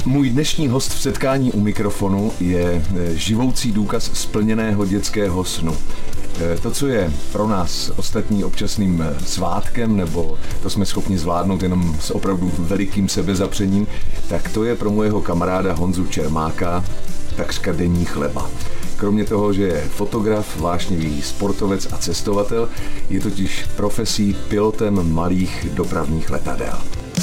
Můj dnešní host v setkání u mikrofonu je živoucí důkaz splněného dětského snu. To, co je pro nás ostatní občasným svátkem, nebo to jsme schopni zvládnout jenom s opravdu velikým sebezapřením, tak to je pro mojeho kamaráda Honzu Čermáka takřka denní chleba. Kromě toho, že je fotograf, vášnivý sportovec a cestovatel, je totiž profesí pilotem malých dopravních letadel.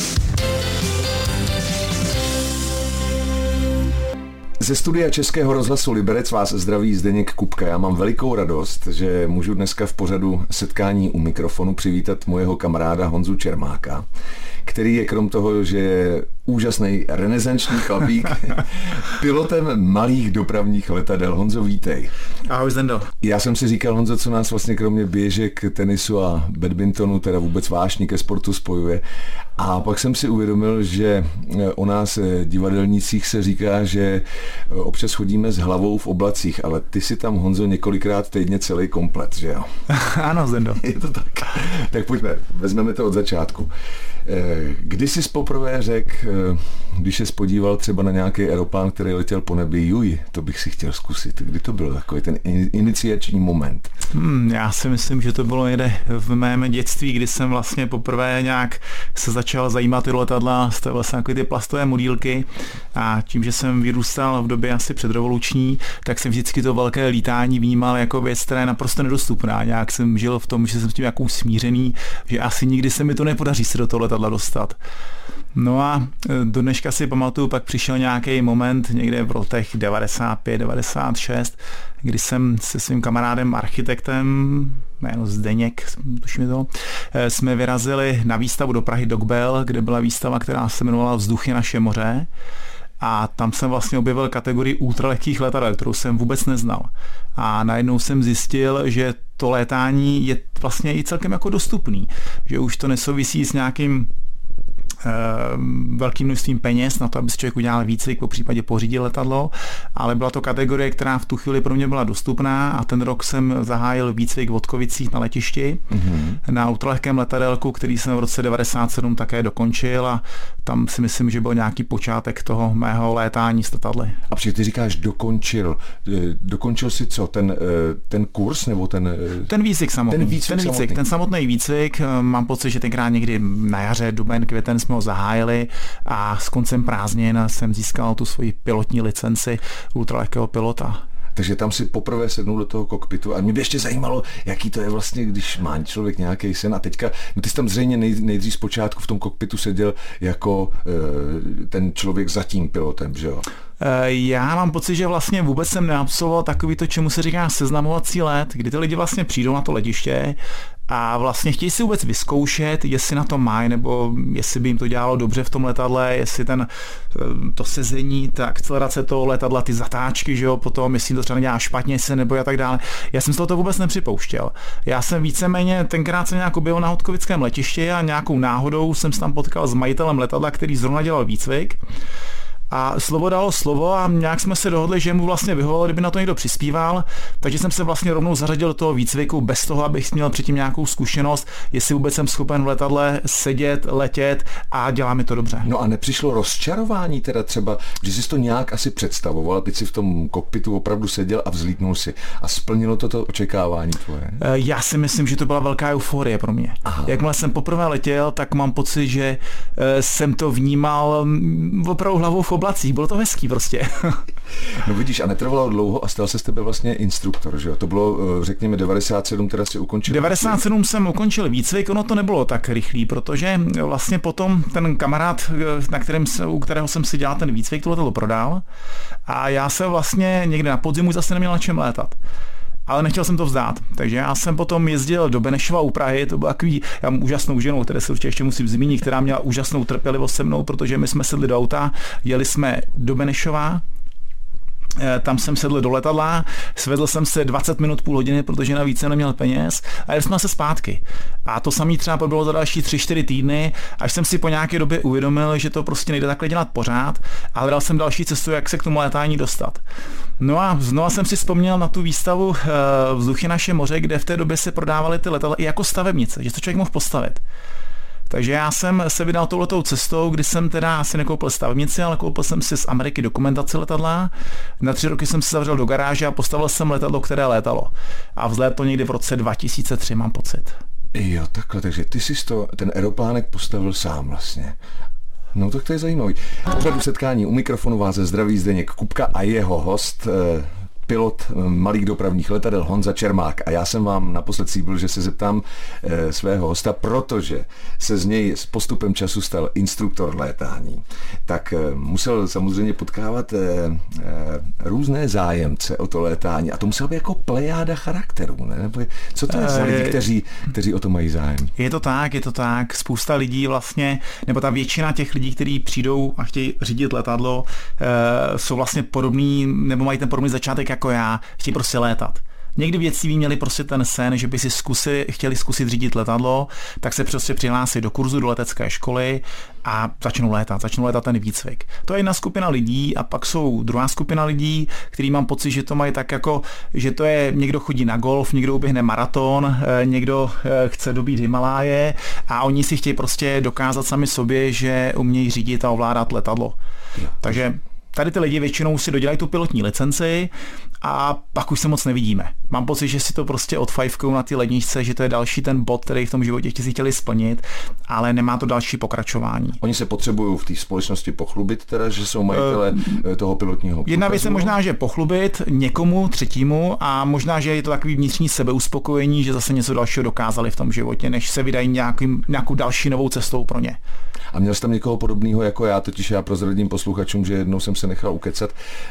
Ze studia Českého rozhlasu Liberec vás zdraví Zdeněk Kupka. Já mám velikou radost, že můžu dneska v pořadu setkání u mikrofonu přivítat mojeho kamaráda Honzu Čermáka, který je krom toho, že je úžasný renesanční chlapík, pilotem malých dopravních letadel. Honzo, vítej. Ahoj, Zdendo. Já jsem si říkal, Honzo, co nás vlastně kromě běžek, tenisu a badmintonu, teda vůbec vášní ke sportu spojuje. A pak jsem si uvědomil, že o nás divadelnících se říká, že občas chodíme s hlavou v oblacích, ale ty si tam, Honzo, několikrát týdně celý komplet, že jo? Ano, Zdendo. Je to tak. Tak pojďme, vezmeme to od začátku. Kdy jsi poprvé řekl, když se spodíval třeba na nějaký aeroplán, který letěl po nebi, juj, to bych si chtěl zkusit. Kdy to byl takový ten iniciační moment? Já si myslím, že to bylo někde v mém dětství, kdy jsem vlastně poprvé nějak se začal zajímat ty letadla, stavil jsem ty plastové modílky a tím, že jsem vyrůstal v době asi předrevoluční, tak jsem vždycky to velké lítání vnímal jako věc, která je naprosto nedostupná. Nějak jsem žil v tom, že jsem s tím jako smířený, že asi nikdy se mi to nepodaří se do toho letadla dostat. No a do dneška si pamatuju, pak přišel nějaký moment někde v letech 95, 96, kdy jsem se svým kamarádem architektem, jméno Zdeněk, tuším to, jsme vyrazili na výstavu do Prahy Dogbel, kde byla výstava, která se jmenovala Vzduch je naše moře. A tam jsem vlastně objevil kategorii ultralehkých letadel, kterou jsem vůbec neznal. A najednou jsem zjistil, že to létání je vlastně i celkem jako dostupný, že už to nesouvisí s nějakým velkým množstvím peněz na to, aby si člověk udělal výcvik, po případě pořídil letadlo, ale byla to kategorie, která v tu chvíli pro mě byla dostupná a ten rok jsem zahájil výcvik v Votkovicích na letišti na ultralehkém letadelku, který jsem v roce 97 také dokončil a tam si myslím, že byl nějaký počátek toho mého létání s letadly. A protože ty říkáš dokončil si co? Ten kurz nebo ten výcvik samotný? Ten samotný výcvik, mám pocit, že tenkrát někdy na jaře, duben, květen jsme ho zahájili a s koncem prázdnin jsem získal tu svoji pilotní licenci ultralehkého pilota. Takže tam si poprvé sednul do toho kokpitu a mě by ještě zajímalo, jaký to je vlastně, když má člověk nějaký sen a teďka, no ty jsi tam zřejmě nejdřív zpočátku v tom kokpitu seděl jako ten člověk za tím pilotem, že jo? Já mám pocit, že vlastně vůbec jsem neabsolvoval takový to, čemu se říká seznamovací let, kdy ty lidi vlastně přijdou na to letiště a vlastně chtějí si vůbec vyzkoušet, jestli na to mají, nebo jestli by jim to dělalo dobře v tom letadle, jestli to sezení, ta akcelerace toho letadla, ty zatáčky, že jo, potom, jestli to třeba nedělá špatně se nebo a tak dále. Já jsem z toho to vůbec nepřipouštěl. Já jsem víceméně tenkrát se nějak byl na Votkovickém letišti a nějakou náhodou jsem se tam potkal s majitelem letadla, který zrovna dělal výcvik. A slovo dalo slovo a nějak jsme se dohodli, že mu vlastně vyhovovalo, kdyby na to někdo přispíval, takže jsem se vlastně rovnou zařadil do toho výcviku bez toho, abych měl předtím nějakou zkušenost, jestli vůbec jsem schopen v letadle sedět, letět a dělá mi to dobře. No a nepřišlo rozčarování teda třeba, že jsi to nějak asi představoval, teď si v tom kokpitu opravdu seděl a vzlítnul si a splnilo to očekávání tvoje? Já si myslím, že to byla velká euforie pro mě. Aha. Jakmile jsem poprvé letěl, tak mám pocit, že jsem to vnímal opravdu hlavou v oblacích, bylo to hezký prostě. No vidíš, a netrvalo dlouho a stal se z tebe vlastně instruktor, že jo? To bylo, řekněme, 97, teda si ukončil. 97 jsem ukončil výcvik, ono to nebylo tak rychlý, protože vlastně potom ten kamarád, u kterého jsem si dělal ten výcvik, to letadlo prodal a já jsem vlastně někde na podzimu zase neměl na čem létat. Ale nechtěl jsem to vzdát, takže já jsem potom jezdil do Benešova u Prahy, to byl takový, já mám úžasnou ženu, které se určitě ještě musím zmínit, která měla úžasnou trpělivost se mnou, protože my jsme sedli do auta, jeli jsme do Benešova, tam jsem sedl do letadla, svedl jsem se 20 minut, půl hodiny, protože navíc jsem neměl peněz a jeli jsme se zpátky. A to samé třeba bylo za další 3-4 týdny, až jsem si po nějaké době uvědomil, že to prostě nejde takhle dělat pořád a hledal jsem další cestu, jak se k tomu létání dostat. No a znova jsem si vzpomněl na tu výstavu Vzduch je naše moře, kde v té době se prodávaly ty letadla i jako stavebnice, že to člověk mohl postavit. Takže já jsem se vydal touhletou cestou, kdy jsem teda asi nekoupil stavebnici, ale koupil jsem si z Ameriky dokumentaci letadla. Na 3 roky jsem se zavřel do garáže a postavil jsem letadlo, které létalo. A vzlétlo někdy v roce 2003, mám pocit. Jo, takhle, takže ty jsi ten aeroplánek postavil sám vlastně. No tak to je zajímavý. V pořadu Setkání u mikrofonu vás zdraví Zdeněk Kupka a jeho host, pilot malých dopravních letadel Honza Čermák. A já jsem vám naposled slíbil, že se zeptám svého hosta, protože se z něj s postupem času stal instruktor létání. Tak musel samozřejmě potkávat různé zájemce o to létání. A to musela být jako plejáda charakterů, ne? Nebo co to je za lidi, kteří o to mají zájem? Je to tak. Spousta lidí vlastně, nebo ta většina těch lidí, kteří přijdou a chtějí řídit letadlo, jsou vlastně podobný, nebo mají ten podobný začátek jako já, chtějí prostě létat. Někdy v dětství měli prostě ten sen, že by si chtěli zkusit řídit letadlo, tak se prostě přihlásí do kurzu, do letecké školy a začnou létat ten výcvik. To je jedna skupina lidí a pak jsou druhá skupina lidí, který mám pocit, že to mají tak jako, že to je někdo chodí na golf, někdo uběhne maraton, někdo chce dobít Himaláje a oni si chtějí prostě dokázat sami sobě, že umějí řídit a ovládat letadlo. Takže tady ty lidi většinou si dodělají tu pilotní licenci a pak už se moc nevidíme. Mám pocit, že si to prostě odfajfkou na ty ledničce, že to je další ten bod, který v tom životě si chtěli splnit, ale nemá to další pokračování. Oni se potřebují v té společnosti pochlubit, teda, že jsou majitele toho pilotního průkazu. Jedna věc je možná, že pochlubit někomu třetímu a možná, že je to takový vnitřní sebeuspokojení, že zase něco dalšího dokázali v tom životě, než se vydají nějakou další novou cestou pro ně. A měl jsi tam někoho podobného jako já, totiž já prozradím posluchačům, že jednou jsem se nechal ukecat,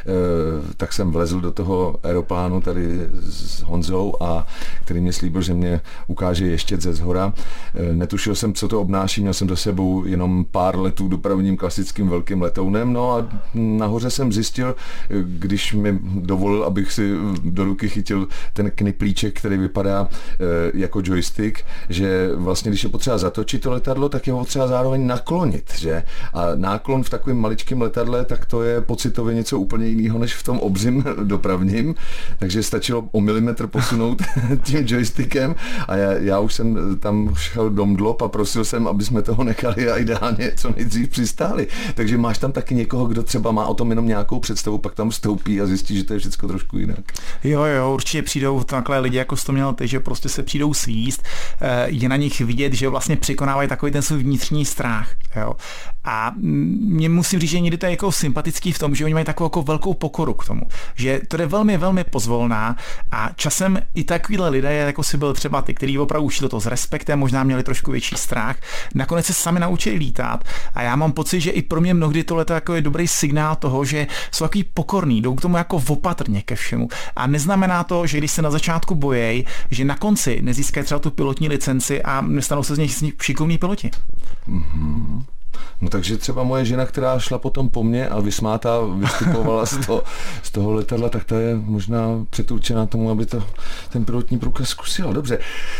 tak jsem vlezl do toho aeroplánu tady s Honzou, a který mě slíbil, že mě ukáže ještět ze zhora. Netušil jsem, co to obnáší, měl jsem za sebou jenom pár letů dopravním klasickým velkým letounem, no a nahoře jsem zjistil, když mi dovolil, abych si do ruky chytil ten kniplíček, který vypadá jako joystick, že vlastně, když je potřeba zatočit to letadlo, tak je ho potřeba zároveň naklonit, že? A náklon v takovém maličkém letadle, tak to je pocitově něco úplně jiného, než v tom obřím dopravním, takže stačilo o milimetr posunout tím joystickem a já už jsem tam šel domdlop a prosil jsem, aby jsme toho nechali a ideálně co nejdřív přistáli. Takže máš tam taky někoho, kdo třeba má o tom jenom nějakou představu, pak tam vstoupí a zjistí, že to je všechno trošku jinak. Jo, určitě přijdou takhle lidi, jako jsi to měl ty, že prostě se přijdou svíst, je na nich vidět, že vlastně překonávají takový ten svůj vnitřní strach. Jo. A mě musím říct, že někdy to je jako sympatický v tom, že oni mají takovou jako velkou pokoru k tomu, že to je velmi, velmi pozvolná a časem i takovýhle lidé, jako si byl třeba ty, kteří opravdu šli to s respektem, možná měli trošku větší strach, nakonec se sami naučili lítat a já mám pocit, že i pro mě mnohdy tohle jako je dobrý signál toho, že jsou takový pokorný, jdou k tomu jako opatrně ke všemu a neznamená to, že když se na začátku bojejí, že na konci nezískají třeba tu pilotní licenci a nestanou se z nich šikovní piloti. Mm-hmm. No takže třeba moje žena, která šla potom po mně a vysmátá vystupovala z toho letadla, tak ta je možná předurčená tomu, aby ten pilotní průkaz zkusila. Dobře.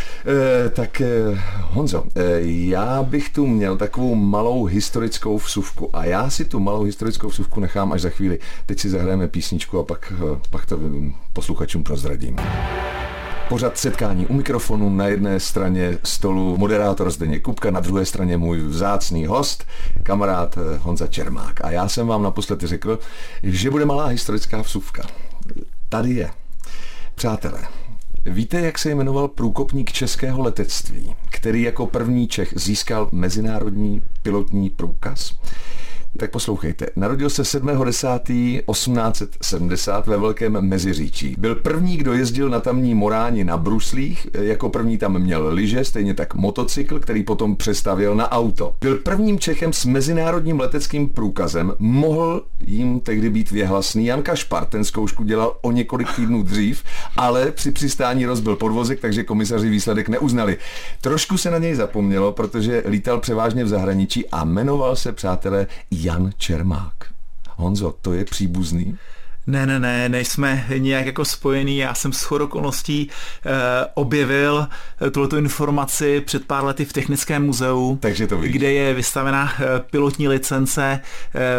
Honzo, já bych tu měl takovou malou historickou vsuvku a já si tu malou historickou vsuvku nechám až za chvíli. Teď si zahrajeme písničku a pak to posluchačům prozradím. Pořad Setkání u mikrofonu, na jedné straně stolu moderátor Zdeněk Kupka, na druhé straně můj vzácný host, kamarád Honza Čermák. A já jsem vám naposledy řekl, že bude malá historická vsuvka. Tady je. Přátelé, víte, jak se jmenoval průkopník českého letectví, který jako první Čech získal mezinárodní pilotní průkaz? Tak poslouchejte. Narodil se 7.10.1870 ve Velkém Meziříčí. Byl první, kdo jezdil na tamní Moráni na bruslích, jako první tam měl lyže, stejně tak motocykl, který potom přestavěl na auto. Byl prvním Čechem s mezinárodním leteckým průkazem, mohl jim tehdy být věhlasný. Jan Kašpar ten zkoušku dělal o několik týdnů dřív, ale při přistání rozbil podvozek, takže komisaři výsledek neuznali. Trošku se na něj zapomnělo, protože lítal převážně v zahraničí a jmenoval se, přátelé, Jan Čermák. Honzo, to je příbuzný? Ne, nejsme nějak jako spojení. Já jsem shodou okolností objevil tuhletu informaci před pár lety v Technickém muzeu, takže to vidíš, kde je vystavena pilotní licence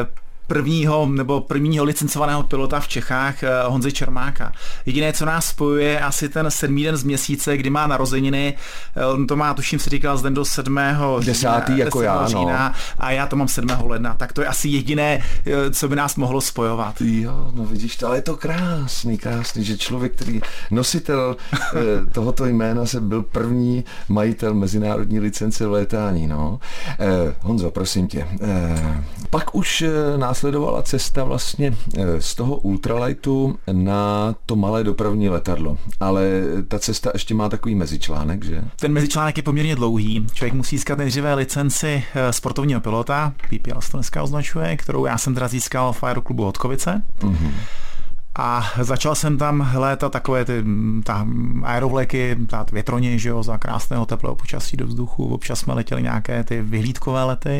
prvního licencovaného pilota v Čechách, Honzy Čermáka. Jediné, co nás spojuje, je asi ten 7. den z měsíce, kdy má narozeniny. On to má, tuším, si říkal, z den do 7. 10. jako já, října, a já to mám 7. ledna. Tak to je asi jediné, co by nás mohlo spojovat. Jo, no vidíš, ale je to krásný, že člověk, který nositel tohoto jména se byl první majitel mezinárodní licence v létání, no. Honzo, prosím tě, pak už následovala cesta vlastně z toho ultralightu na to malé dopravní letadlo, ale ta cesta ještě má takový mezičlánek, že? Ten mezičlánek je poměrně dlouhý. Člověk musí získat nejdříve licenci sportovního pilota, PPL se to dneska označuje, kterou já jsem teda získal v aeroklubu Hodkovice. Mm-hmm. A začal jsem tam létat takové ty aerovleky, větroně, že jo, za krásného teplého počasí do vzduchu. Občas jsme letěli nějaké ty vyhlídkové lety.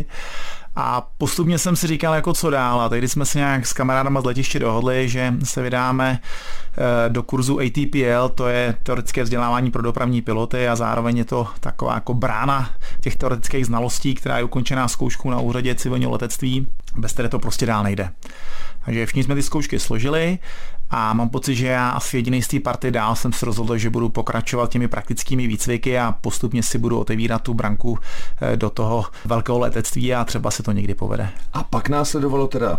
A postupně jsem si říkal, jako co dál. A tehdy jsme se nějak s kamarádama z letiště dohodli, že se vydáme do kurzu ATPL, to je teoretické vzdělávání pro dopravní piloty a zároveň je to taková jako brána těch teoretických znalostí, která je ukončená zkouškou na úřadě civilního letectví, bez které to prostě dál nejde. Takže všichni jsme ty zkoušky složili a mám pocit, že já asi jediný z té party dál jsem se rozhodl, že budu pokračovat těmi praktickými výcviky a postupně si budu otevírat tu branku do toho velkého letectví a třeba se to někdy povede. A pak následovalo teda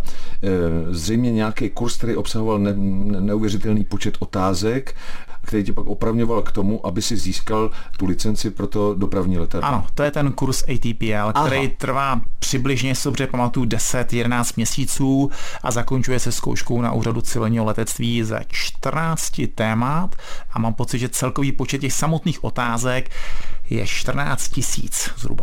zřejmě nějaký kurz, který obsahoval neuvěřitelný počet otázek, který tě pak opravňoval k tomu, aby si získal tu licenci pro to dopravní letadlo. Ano, to je ten kurz ATPL, který trvá přibližně, si dobře pamatuju, 10-11 měsíců a zakončuje se zkouškou na úřadu civilního letectví ze 14 témat a mám pocit, že celkový počet těch samotných otázek je 14 000 zhruba.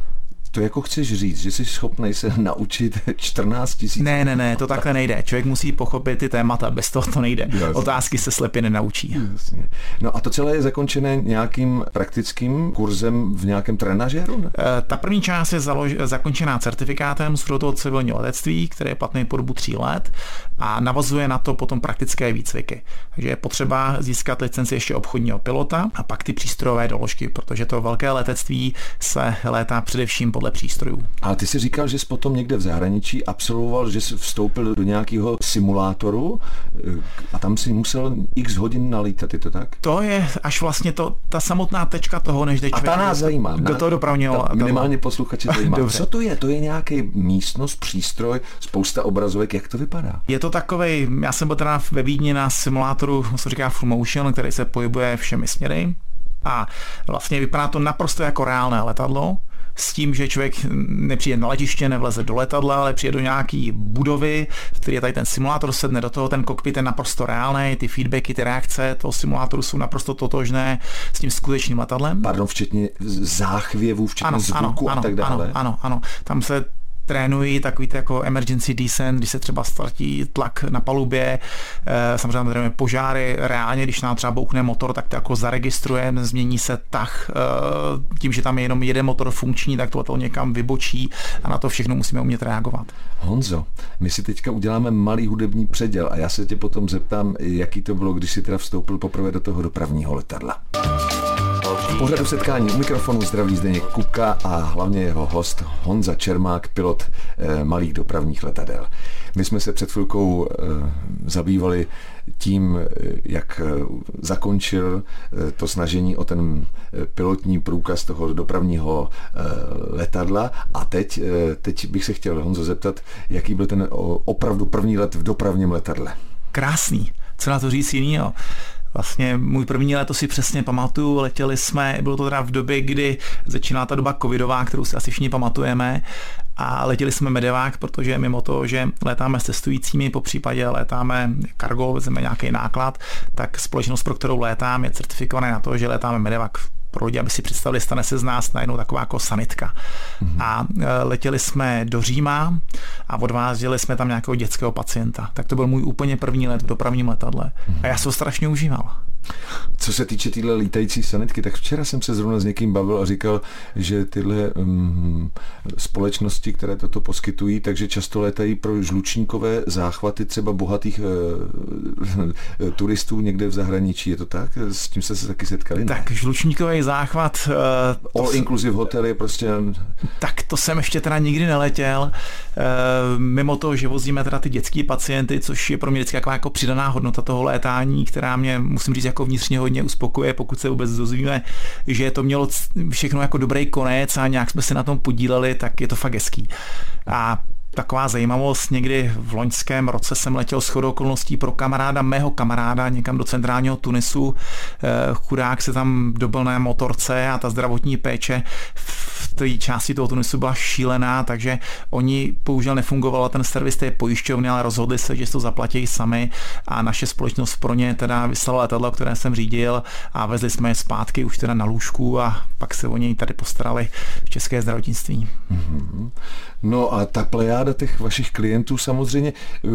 To jako chceš říct, že jsi schopnej se naučit 14 000? Ne, to takhle nejde. Člověk musí pochopit ty témata, bez toho to nejde. Jasně. Otázky se slepě nenaučí. Jasně. No a to celé je zakončené nějakým praktickým kurzem v nějakém trenažéru? Ne? Ta první část je zakončená certifikátem z toho civilního letectví, který je platný po dobu 3 let a navazuje na to potom praktické výcviky. Takže je potřeba získat licenci ještě obchodního pilota a pak ty přístrojové doložky, protože to velké letectví se létá především podle přístrojů. Ale ty jsi říkal, že jsi potom někde v zahraničí absolvoval, že jsi vstoupil do nějakého simulátoru a tam si musel x hodin nalítat, je to tak? To je až vlastně ta samotná tečka toho, než jde člověk. A ta nás zajímá. Do toho dopravního. Minimálně posluchače zajímá. Co to je? To je nějaký místnost, přístroj, spousta obrazovek, jak to vypadá? Je to takovej, já jsem byl teda ve Vídni na simulátoru, co říká Full Motion, který se pohybuje všemi směry a vlastně vypadá to naprosto jako reálné letadlo, s tím, že člověk nepřijde na letiště, nevleze do letadla, ale přijde do nějaký budovy, v které je tady ten simulátor, sedne do toho, ten kokpit je naprosto reálný, ty feedbacky, ty reakce toho simulátoru jsou naprosto totožné s tím skutečným letadlem. Pardon, včetně záchvěvů, včetně zvuku a tak dále. Ano. Tam se trénují takový jako emergency descent, když se třeba ztratí tlak na palubě, samozřejmě trénujeme požáry, reálně, když nám třeba bouchne motor, tak to jako zaregistrujeme, změní se tah, tím, že tam je jenom jeden motor funkční, tak to někam vybočí a na to všechno musíme umět reagovat. Honzo, my si teďka uděláme malý hudební předěl a já se tě potom zeptám, jaký to bylo, když jsi teda vstoupil poprvé do toho dopravního letadla. V pořadu Setkání u mikrofonu zdraví Zdeněk Kupka a hlavně jeho host Honza Čermák, pilot malých dopravních letadel. My jsme se před chvilkou zabývali tím, jak zakončil to snažení o ten pilotní průkaz toho dopravního letadla a teď bych se chtěl, Honzo, zeptat, jaký byl ten opravdu první let v dopravním letadle. Krásný, co na to říct jinýho. Vlastně můj první let, to si přesně pamatuju, letěli jsme, bylo to teda v době, kdy začínala ta doba covidová, kterou si asi všichni pamatujeme a letěli jsme medevák, protože mimo to, že letáme s cestujícími, po případě letáme cargo, vezmeme nějaký náklad, tak společnost, pro kterou létám, je certifikovaná na to, že letáme medevák pro lidi, aby si představili, stane se z nás najednou taková jako sanitka. Mm-hmm. A letěli jsme do Říma a odváželi jsme tam nějakého dětského pacienta. Tak to byl můj úplně první let v dopravním letadle. Mm-hmm. A já se ho strašně užíval. Co se týče téhle lítající sanitky, tak včera jsem se zrovna s někým bavil a říkal, že tyhle společnosti, které toto poskytují, takže často létají pro žlučníkové záchvaty třeba bohatých turistů někde v zahraničí. Je to tak? S tím jste se taky setkali? Tak žlučníkový záchvat... All inclusive hotel je prostě... Tak to jsem ještě teda nikdy neletěl. Mimo to, že vozíme teda ty dětský pacienty, což je pro mě vždycky jako přidaná hodnota toho létání, která mě, musím říct, jako vnitřně hodně uspokuje, pokud se vůbec dozvíme, že to mělo všechno jako dobrý konec a nějak jsme se na tom podíleli, tak je to fakt hezký. A taková zajímavost, někdy v loňském roce jsem letěl shodou okolností pro mého kamaráda někam do centrálního Tunisu. Chudák se tam dobil na motorce a ta zdravotní péče v té části toho Tunisu byla šílená, takže oni bohužel nefungoval ten servis té pojišťovny, ale rozhodli se, že to zaplatí sami a naše společnost pro ně teda vyslala letadlo, které jsem řídil a vezli jsme je zpátky už teda na lůžku a pak se o něj tady postarali v české zdravotnictví. Mm-hmm. No a ta plejáda těch vašich klientů samozřejmě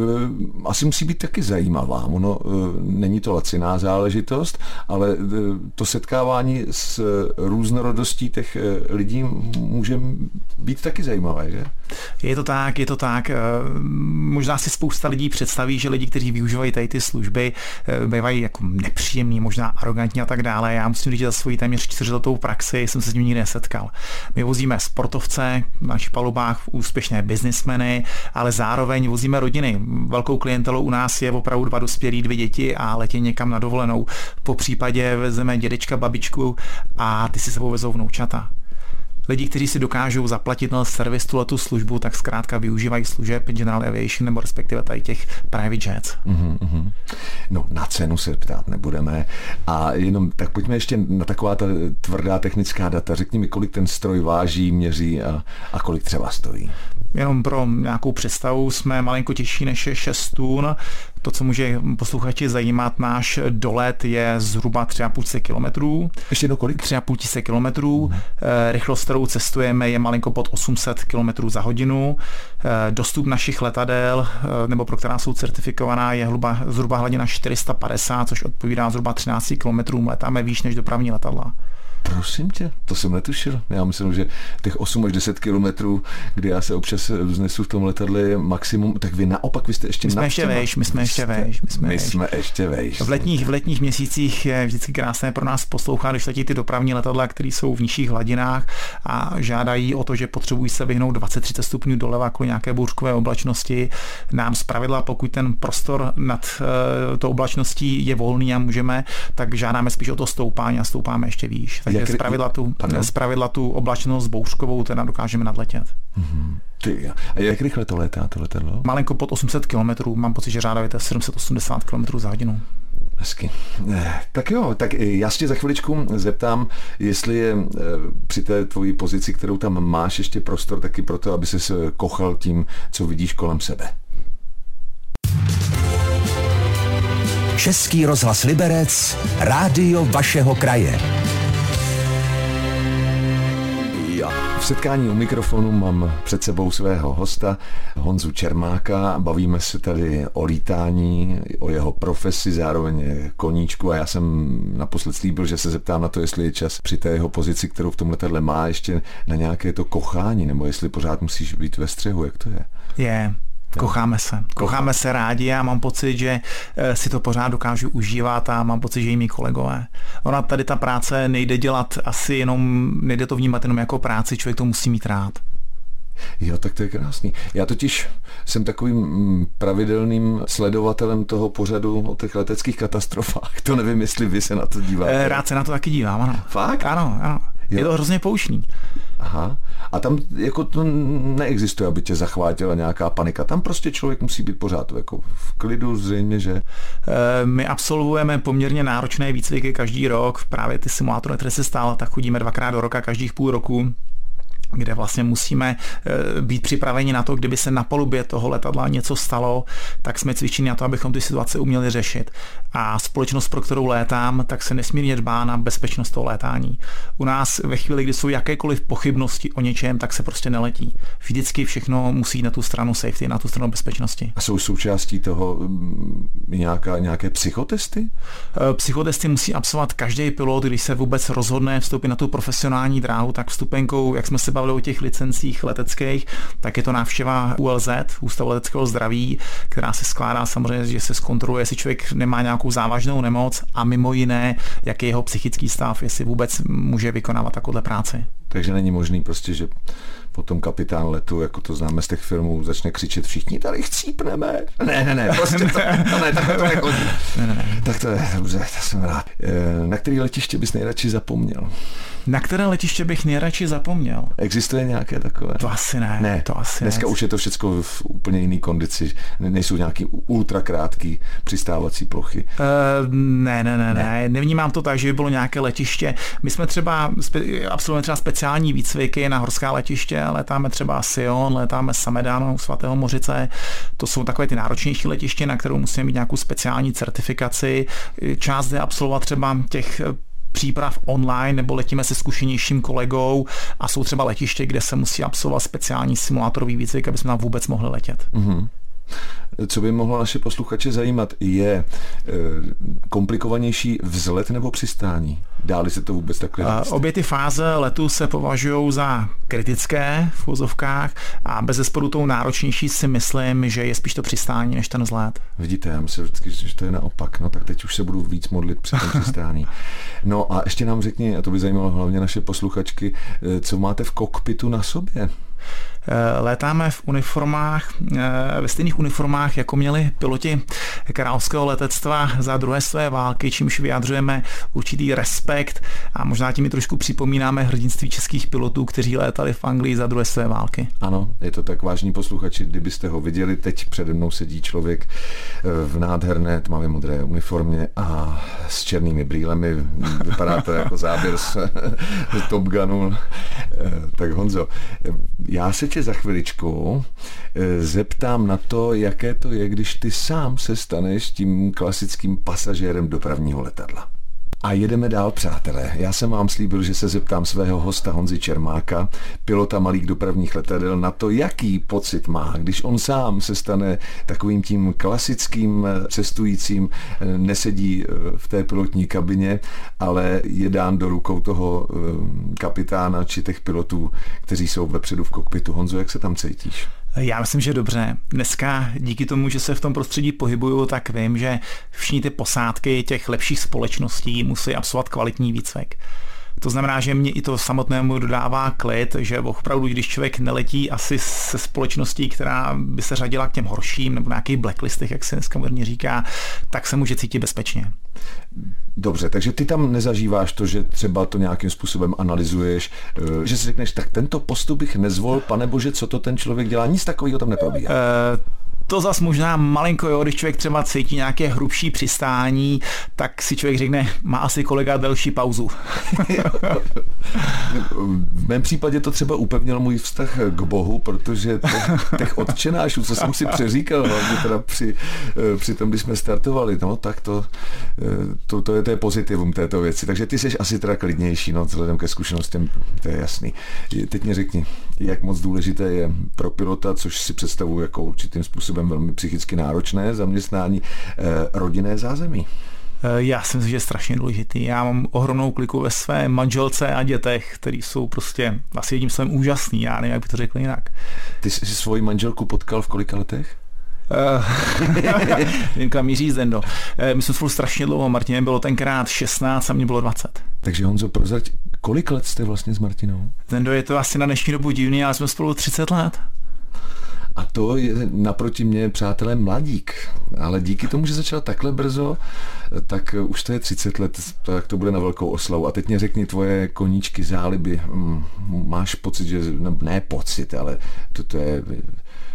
asi musí být taky zajímavá. Ono není to laciná záležitost, ale to setkávání s různorodostí těch lidí může být taky zajímavé, že? Je to tak. Možná si spousta lidí představí, že lidi, kteří využívají tady ty služby, bývají jako nepříjemní, možná arrogantní a tak dále. Já musím říct, že za svoji téměř 4letou praxi jsem se s ním nikdy nesetkal. My vozíme sportovce v našich palubách, úspěšné biznismeny, ale zároveň vozíme rodiny. Velkou klientelou u nás je opravdu 2 dospělí, 2 děti a letí někam na dovolenou. Po případě vezeme dědečka, babičku a ty si sebou vezou vnoučata. Lidi, kteří si dokážou zaplatit na servis tuhletu službu, tak zkrátka využívají služeb General Aviation nebo respektive tady těch private jets. Mm-hmm. No, na cenu se ptát nebudeme. A jenom tak pojďme ještě na taková ta tvrdá technická data. Řekni mi, kolik ten stroj váží, měří a kolik třeba stojí. Jenom pro nějakou představu jsme malinko těžší než 6 tun. To, co může posluchači zajímat, náš dolet je zhruba 3,5 kilometrů. Ještě jedno kolik? 3,5 kilometrů. Rychlost, kterou cestujeme, je malinko pod 800 kilometrů za hodinu. Dostup našich letadel, nebo pro která jsou certifikovaná, je zhruba hladina 450, což odpovídá zhruba 13 kilometrům. Letáme výš než dopravní letadla. Prosím tě, to jsem netušil. Já myslím, že těch 8 až 10 kilometrů, kdy já se občas vznesu v tom letadle, je maximum. Tak vy naopak, vy jste ještě My jsme ještě vejš. V letních měsících je vždycky krásné pro nás poslouchat, když letí ty dopravní letadla, které jsou v nižších hladinách a žádají o to, že potřebují se vyhnout 20-30 stupňů doleva kvůli nějaké bouřkové oblačnosti. Nám zpravidla, pokud ten prostor nad tou oblačností je volný a můžeme, tak žádáme spíš o to stoupání a stoupáme ještě výš. Takže zpravidla tu oblačnost bouřkovou teda dokážeme nadletět. Mm-hmm. A jak rychle to létá, to letadlo? Malinko pod 800 km, mám pocit, že řádově to je 780 km za hodinu. Hezky. Tak jo, tak já se za chviličku zeptám, jestli je při té tvojí pozici, kterou tam máš, ještě prostor taky pro to, aby ses kochal tím, co vidíš kolem sebe. Český rozhlas Liberec, rádio vašeho kraje. V setkání u mikrofonu mám před sebou svého hosta Honzu Čermáka. Bavíme se tady o lítání, o jeho profesi, zároveň koníčku a já jsem naposled slíbil, že se zeptám na to, jestli je čas při té jeho pozici, kterou v tom letadle má, ještě na nějaké to kochání, nebo jestli pořád musíš být ve střehu, jak to je? Je. Kocháme se rádi a mám pocit, že si to pořád dokážu užívat a mám pocit, že i mý kolegové. Ona tady ta práce nejde dělat asi jenom, nejde to vnímat jenom jako práci, člověk to musí mít rád. Jo, tak to je krásný. Já totiž jsem takovým pravidelným sledovatelem toho pořadu o těch leteckých katastrofách. To nevím, jestli vy se na to díváte. Rád se na to taky dívám, ano. Fakt? Ano. Jo. Je to hrozně poučný. Aha. A tam jako to neexistuje, aby tě zachvátila nějaká panika. Tam prostě člověk musí být pořád jako v klidu, zřejmě, že... My absolvujeme poměrně náročné výcviky každý rok. Právě ty simulátory, které se stále, tak chodíme 2krát do roka, každých půl roku. kde vlastně musíme být připraveni na to, kdyby se na palubě toho letadla něco stalo, tak jsme cvičeni na to, abychom ty situace uměli řešit. A společnost, pro kterou létám, tak se nesmírně dbá na bezpečnost toho létání. U nás ve chvíli, kdy jsou jakékoliv pochybnosti o něčem, tak se prostě neletí. Vždycky všechno musí jít na tu stranu safety, na tu stranu bezpečnosti. A jsou součástí toho nějaké psychotesty? Psychotesty musí absolvovat každý pilot, když se vůbec rozhodne vstoupit na tu profesionální dráhu, tak vstupenkou, jak jsme se bavili o těch licencích leteckých, tak je to návštěva ULZ, Ústavu leteckého zdraví, která se skládá samozřejmě, že se zkontroluje, jestli člověk nemá nějakou závažnou nemoc a mimo jiné, jaký je jeho psychický stav, jestli vůbec může vykonávat takovouhle práci. Takže není možný prostě, že potom kapitán letu, jako to známe z těch filmů, začne křičet všichni tady chcípneme. Ne, prostě to nechodí. Ne. Tak to je dobře, to jsem rád. Na který letiště bys nejradši zapomněl? Na které letiště bych nejradši zapomněl? Existuje nějaké takové? To asi ne. Dneska už je to všechno v úplně jiný kondici. Nejsou nějaký ultrakrátký přistávací plochy. Ne. Nevnímám to tak, že by bylo nějaké letiště. My jsme třeba absolvujeme třeba speciální výcviky na horská letiště, letáme třeba Sion, letáme Samedan u svatého Mořice. To jsou takové ty náročnější letiště, na kterou musíme mít nějakou speciální certifikaci. Část jde absolvovat třeba těch příprav online, nebo letíme se zkušenějším kolegou a jsou třeba letiště, kde se musí absolvovat speciální simulátorový výcvik, aby jsme tam vůbec mohli letět. Mm-hmm. Co by mohlo naše posluchače zajímat, je komplikovanější vzlet nebo přistání? Dáli se to vůbec takhle? Obě ty fáze letu se považují za kritické v uvozovkách a bezesporu tou náročnější si myslím, že je spíš to přistání než ten vzlet. Vidíte, já myslím vždycky, že to je naopak. No tak teď už se budu víc modlit při tom přistání. No a ještě nám řekni, a to by zajímalo hlavně naše posluchačky, co máte v kokpitu na sobě? Létáme v uniformách, ve stejných uniformách, jako měli piloti královského letectva za druhé světové války, čímž vyjadřujeme určitý respekt a možná tím i trošku připomínáme hrdinství českých pilotů, kteří létali v Anglii za druhé světové války. Ano, je to tak, vážní posluchači, kdybyste ho viděli, teď přede mnou sedí člověk v nádherné tmavě modré uniformě a s černými brýlemi, vypadá to jako záběr z Top Gunu. Tak Honzo, já se tě za chviličku zeptám na to, jaké to je, když ty sám se staneš tím klasickým pasažérem dopravního letadla. A jedeme dál, přátelé. Já jsem vám slíbil, že se zeptám svého hosta Honzy Čermáka, pilota malých dopravních letadel, na to, jaký pocit má, když on sám se stane takovým tím klasickým cestujícím, nesedí v té pilotní kabině, ale je dán do rukou toho kapitána či těch pilotů, kteří jsou vepředu v kokpitu. Honzo, jak se tam cítíš? Já myslím, že dobře. Dneska díky tomu, že se v tom prostředí pohybuju, tak vím, že všichni ty posádky těch lepších společností musí absolvovat kvalitní výcvik. To znamená, že mě i to samotnému dodává klid, že opravdu, když člověk neletí asi se společností, která by se řadila k těm horším, nebo nějakých blacklistech, jak se dneska moderně říká, tak se může cítit bezpečně. Dobře, takže ty tam nezažíváš to, že třeba to nějakým způsobem analyzuješ, že si řekneš, tak tento postup bych nezvolil, panebože, co to ten člověk dělá, nic takového tam neprobíhá. To zas možná malinko, jo, když člověk třeba cítí nějaké hrubší přistání, tak si člověk řekne, má asi kolega delší pauzu. V mém případě to třeba upevnil můj vztah k Bohu, protože těch odčenášů, co jsem si přeříkal, hlavně teda při tom, když jsme startovali, no tak to je pozitivum této věci. Takže ty jsi asi teda klidnější, no, vzhledem ke zkušenostem, to je jasný. Teď mě řekni, jak moc důležité je pro pilota, což si představuji jako určitým způsobem velmi psychicky náročné zaměstnání, rodinné zázemí. Já si myslím, že je strašně důležitý. Já mám ohromnou kliku ve své manželce a dětech, který jsou prostě asi jedním slovem úžasný. Já nevím, jak by to řekl jinak. Ty jsi svoji manželku potkal v kolika letech? Vím, kam míří Zendo. My jsme spolu strašně dlouho. Martině bylo tenkrát 16 a mě bylo 20. Takže Honzo, prozrať, kolik let jste vlastně s Martinou? Zendo, je to asi na dnešní dobu divný, ale jsme spolu 30 let. A to je naproti mě, přátelé, mladík. Ale díky tomu, že začal takhle brzo, tak už to je 30 let, tak to bude na velkou oslavu. A teď mě řekni tvoje koníčky, záliby. Máš pocit, že... Ne pocit, ale to je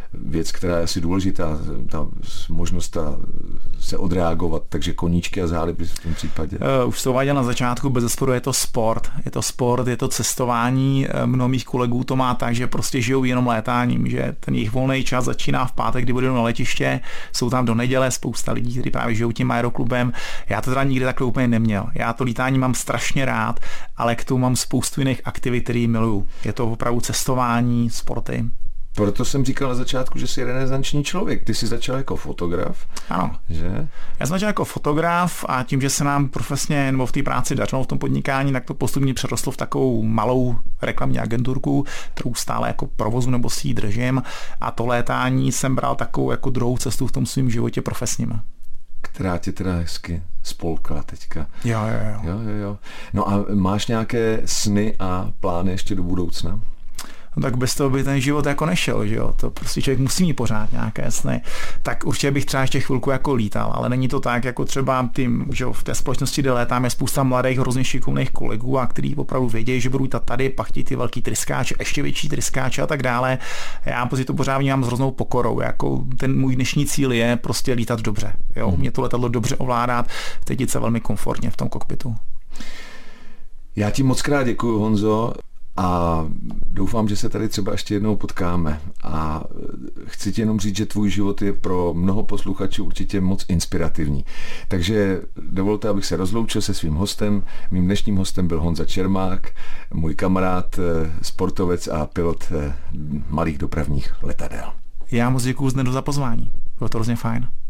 věc, která je asi důležitá, ta možnost se odreagovat, takže koníčky a záliby v tom případě. Už to uváděl na začátku, bezesporu je to sport. Je to cestování. Mnoho mých kolegů to má tak, že prostě žijou jenom létáním, že ten jejich volný čas začíná v pátek, kdy budou na letiště, jsou tam do neděle, spousta lidí, kteří právě žijou tím aeroklubem. Já to teda nikdy takhle úplně neměl. Já to lítání mám strašně rád, ale k tomu mám spoustu jiných aktivit, které miluju. Je to opravdu cestování, sporty. Proto jsem říkal na začátku, že jsi renesanční člověk. Ty jsi začal jako fotograf. Ano. Že? Já jsem začal jako fotograf a tím, že se nám profesně nebo v té práci dařilo v tom podnikání, tak to postupně přerostlo v takovou malou reklamní agenturku, kterou stále jako provozu nebo si ji držím. A to létání jsem bral takovou jako druhou cestu v tom svém životě profesním. Která tě teda hezky spolkla teďka. Jo. No a máš nějaké sny a plány ještě do budoucna? No tak bez toho by ten život jako nešel, že jo, to prostě člověk musí mít pořád nějaké sny. Tak určitě bych třeba ještě chvilku jako lítal, ale není to tak, jako třeba tím, že v té společnosti, kde létám, je spousta mladých, hrozně šikovných kolegů a kteří opravdu vědějí, že budou jít tady, pak ty velký tryskáče, ještě větší tryskáče a tak dále. Já prostě to pořád vnímám s hroznou pokorou, jako ten můj dnešní cíl je prostě lítat dobře, jo, mě to letadlo dobře ovládat, cítit se velmi komfortně v tom kokpitu. Já ti moc krát děkuju, Honzo. A doufám, že se tady třeba ještě jednou potkáme. A chci ti jenom říct, že tvůj život je pro mnoho posluchačů určitě moc inspirativní. Takže dovolte, abych se rozloučil se svým hostem. Mým dnešním hostem byl Honza Čermák, můj kamarád, sportovec a pilot malých dopravních letadel. Já moc děkuju za pozvání. Bylo to hrozně fajn.